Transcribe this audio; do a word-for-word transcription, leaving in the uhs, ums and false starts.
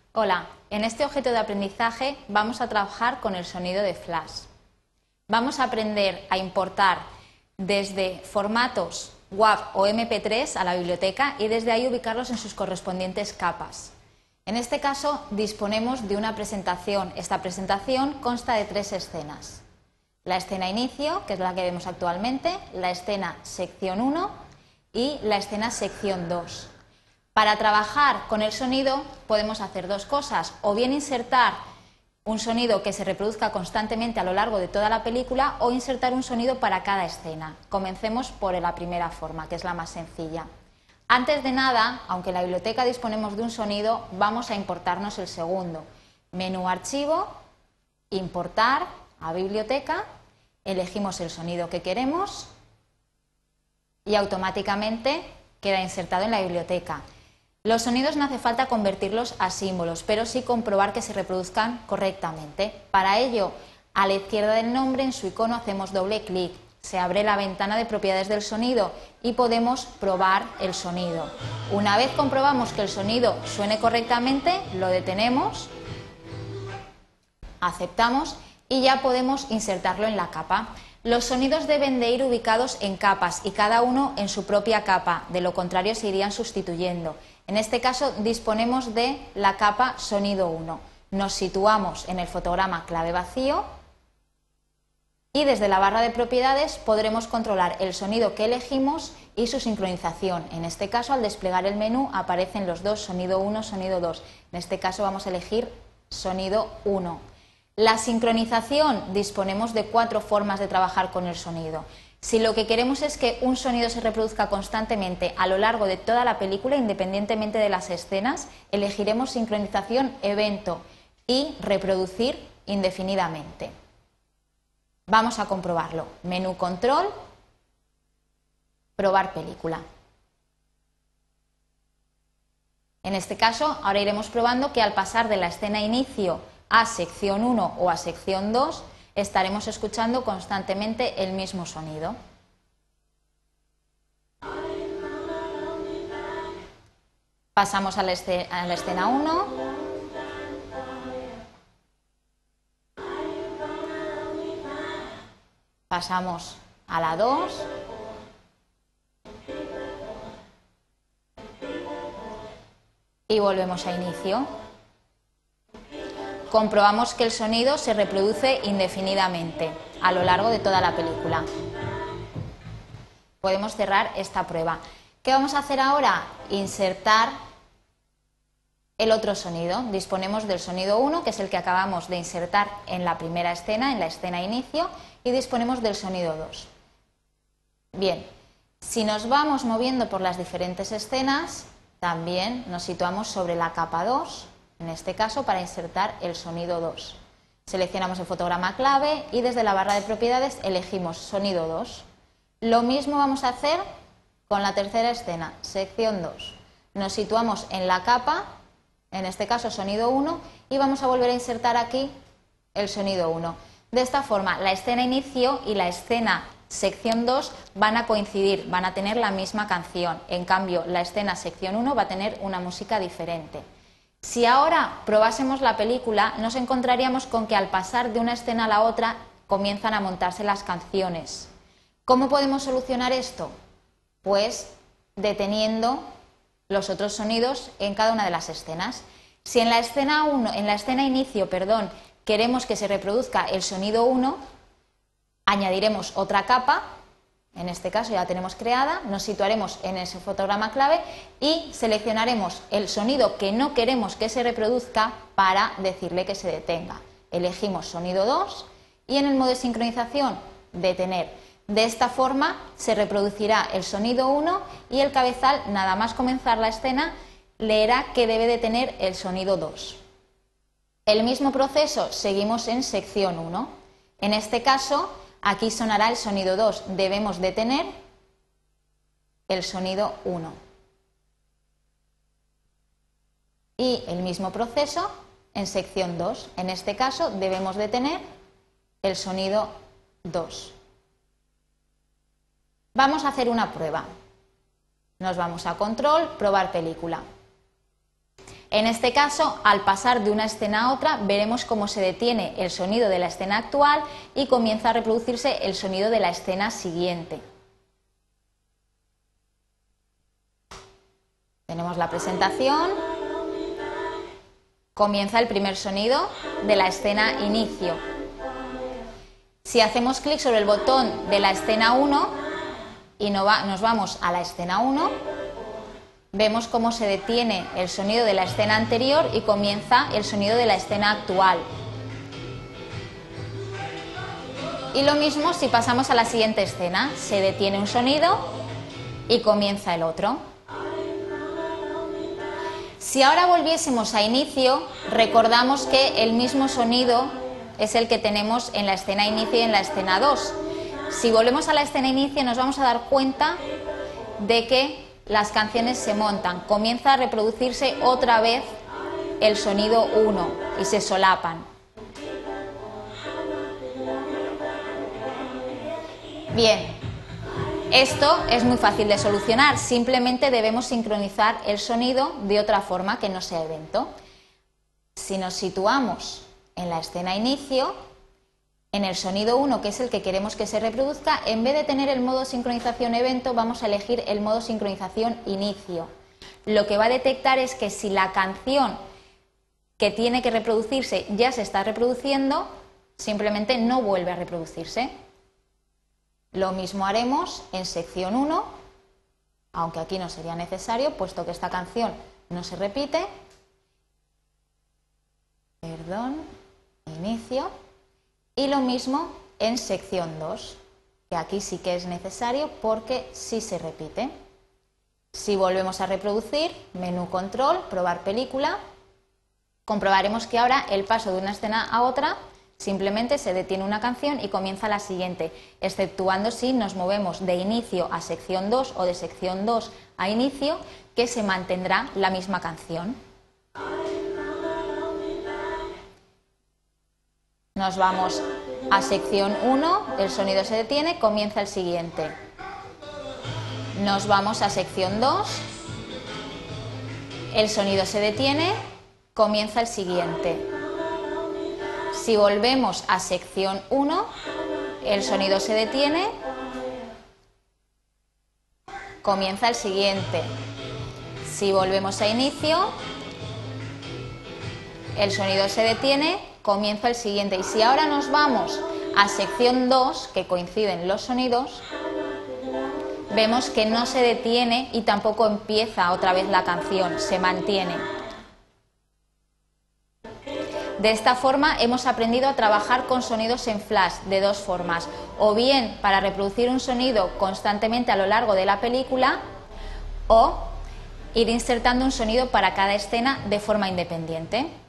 Hola, en este objeto de aprendizaje vamos a trabajar con el sonido de flash. Vamos a aprender a importar desde formatos WAV o eme pe tres a la biblioteca y desde ahí ubicarlos en sus correspondientes capas. En este caso disponemos de una presentación. Esta presentación consta de tres escenas. La escena inicio, que es la que vemos actualmente, la escena sección uno y la escena sección dos. Para trabajar con el sonido podemos hacer dos cosas, o bien insertar un sonido que se reproduzca constantemente a lo largo de toda la película o insertar un sonido para cada escena. Comencemos por la primera forma, que es la más sencilla. Antes de nada, aunque en la biblioteca disponemos de un sonido, vamos a importarnos el segundo. Menú Archivo, Importar a Biblioteca, elegimos el sonido que queremos y automáticamente queda insertado en la biblioteca. Los sonidos no hace falta convertirlos a símbolos, pero sí comprobar que se reproduzcan correctamente. Para ello, a la izquierda del nombre, en su icono, hacemos doble clic. Se abre la ventana de propiedades del sonido y podemos probar el sonido. Una vez comprobamos que el sonido suene correctamente, lo detenemos, aceptamos y ya podemos insertarlo en la capa. Los sonidos deben de ir ubicados en capas y cada uno en su propia capa, de lo contrario se irían sustituyendo. En este caso disponemos de la capa sonido uno. Nos situamos en el fotograma clave vacío y desde la barra de propiedades podremos controlar el sonido que elegimos y su sincronización. En este caso, al desplegar el menú aparecen los dos, sonido uno, sonido dos. En este caso vamos a elegir sonido uno. La sincronización, disponemos de cuatro formas de trabajar con el sonido. Si lo que queremos es que un sonido se reproduzca constantemente a lo largo de toda la película, independientemente de las escenas, elegiremos sincronización evento y reproducir indefinidamente. Vamos a comprobarlo. Menú control, probar película. En este caso, ahora iremos probando que al pasar de la escena inicio a sección uno o a sección dos, estaremos escuchando constantemente el mismo sonido. Pasamos a la escena, a la escena uno. Pasamos a la dos. Y volvemos a inicio. Comprobamos que el sonido se reproduce indefinidamente a lo largo de toda la película. Podemos cerrar esta prueba. ¿Qué vamos a hacer ahora? Insertar el otro sonido. Disponemos del sonido uno, que es el que acabamos de insertar en la primera escena, en la escena inicio, y disponemos del sonido dos. Bien, si nos vamos moviendo por las diferentes escenas, también nos situamos sobre la capa dos. En este caso, para insertar el sonido dos. Seleccionamos el fotograma clave y desde la barra de propiedades elegimos sonido dos. Lo mismo vamos a hacer con la tercera escena, sección dos. Nos situamos en la capa, en este caso sonido uno, y vamos a volver a insertar aquí el sonido uno. De esta forma, la escena inicio y la escena sección dos van a coincidir, van a tener la misma canción. En cambio, la escena sección uno va a tener una música diferente. Si ahora probásemos la película, nos encontraríamos con que al pasar de una escena a la otra comienzan a montarse las canciones. ¿Cómo podemos solucionar esto? Pues deteniendo los otros sonidos en cada una de las escenas. Si en la escena uno, en la escena inicio, perdón, queremos que se reproduzca el sonido uno, añadiremos otra capa. En este caso ya la tenemos creada, nos situaremos en ese fotograma clave y seleccionaremos el sonido que no queremos que se reproduzca para decirle que se detenga. Elegimos sonido dos y en el modo de sincronización, detener. De esta forma se reproducirá el sonido uno y el cabezal, nada más comenzar la escena, leerá que debe de tener el sonido dos. El mismo proceso seguimos en sección uno. En este caso, aquí sonará el sonido dos. Debemos detener el sonido uno. Y el mismo proceso en sección dos. En este caso debemos detener el sonido dos. Vamos a hacer una prueba. Nos vamos a control, probar película. En este caso, al pasar de una escena a otra, veremos cómo se detiene el sonido de la escena actual y comienza a reproducirse el sonido de la escena siguiente. Tenemos la presentación. Comienza el primer sonido de la escena inicio. Si hacemos clic sobre el botón de la escena uno y nos vamos a la escena uno, vemos cómo se detiene el sonido de la escena anterior y comienza el sonido de la escena actual. Y lo mismo si pasamos a la siguiente escena, se detiene un sonido y comienza el otro. Si ahora volviésemos a inicio, recordamos que el mismo sonido es el que tenemos en la escena inicio y en la escena dos. Si volvemos a la escena inicio nos vamos a dar cuenta de que las canciones se montan, comienza a reproducirse otra vez el sonido uno y se solapan. Bien, esto es muy fácil de solucionar, simplemente debemos sincronizar el sonido de otra forma que no sea evento. Si nos situamos en la escena inicio, en el sonido uno, que es el que queremos que se reproduzca, en vez de tener el modo sincronización evento, vamos a elegir el modo sincronización inicio. Lo que va a detectar es que si la canción que tiene que reproducirse ya se está reproduciendo, simplemente no vuelve a reproducirse. Lo mismo haremos en sección uno, aunque aquí no sería necesario, puesto que esta canción no se repite. Perdón, inicio. Y lo mismo en sección dos, que aquí sí que es necesario porque sí se repite. Si volvemos a reproducir, menú control, probar película, comprobaremos que ahora el paso de una escena a otra simplemente se detiene una canción y comienza la siguiente, exceptuando si nos movemos de inicio a sección dos o de sección dos a inicio, que se mantendrá la misma canción. Nos vamos a sección uno, el sonido se detiene, comienza el siguiente. Nos vamos a sección dos, el sonido se detiene, comienza el siguiente. Si volvemos a sección uno, el sonido se detiene, comienza el siguiente. Si volvemos a inicio, el sonido se detiene, comienza el siguiente. Y si ahora nos vamos a sección dos, que coinciden los sonidos, vemos que no se detiene y tampoco empieza otra vez la canción, se mantiene. De esta forma hemos aprendido a trabajar con sonidos en flash de dos formas, o bien para reproducir un sonido constantemente a lo largo de la película, o ir insertando un sonido para cada escena de forma independiente.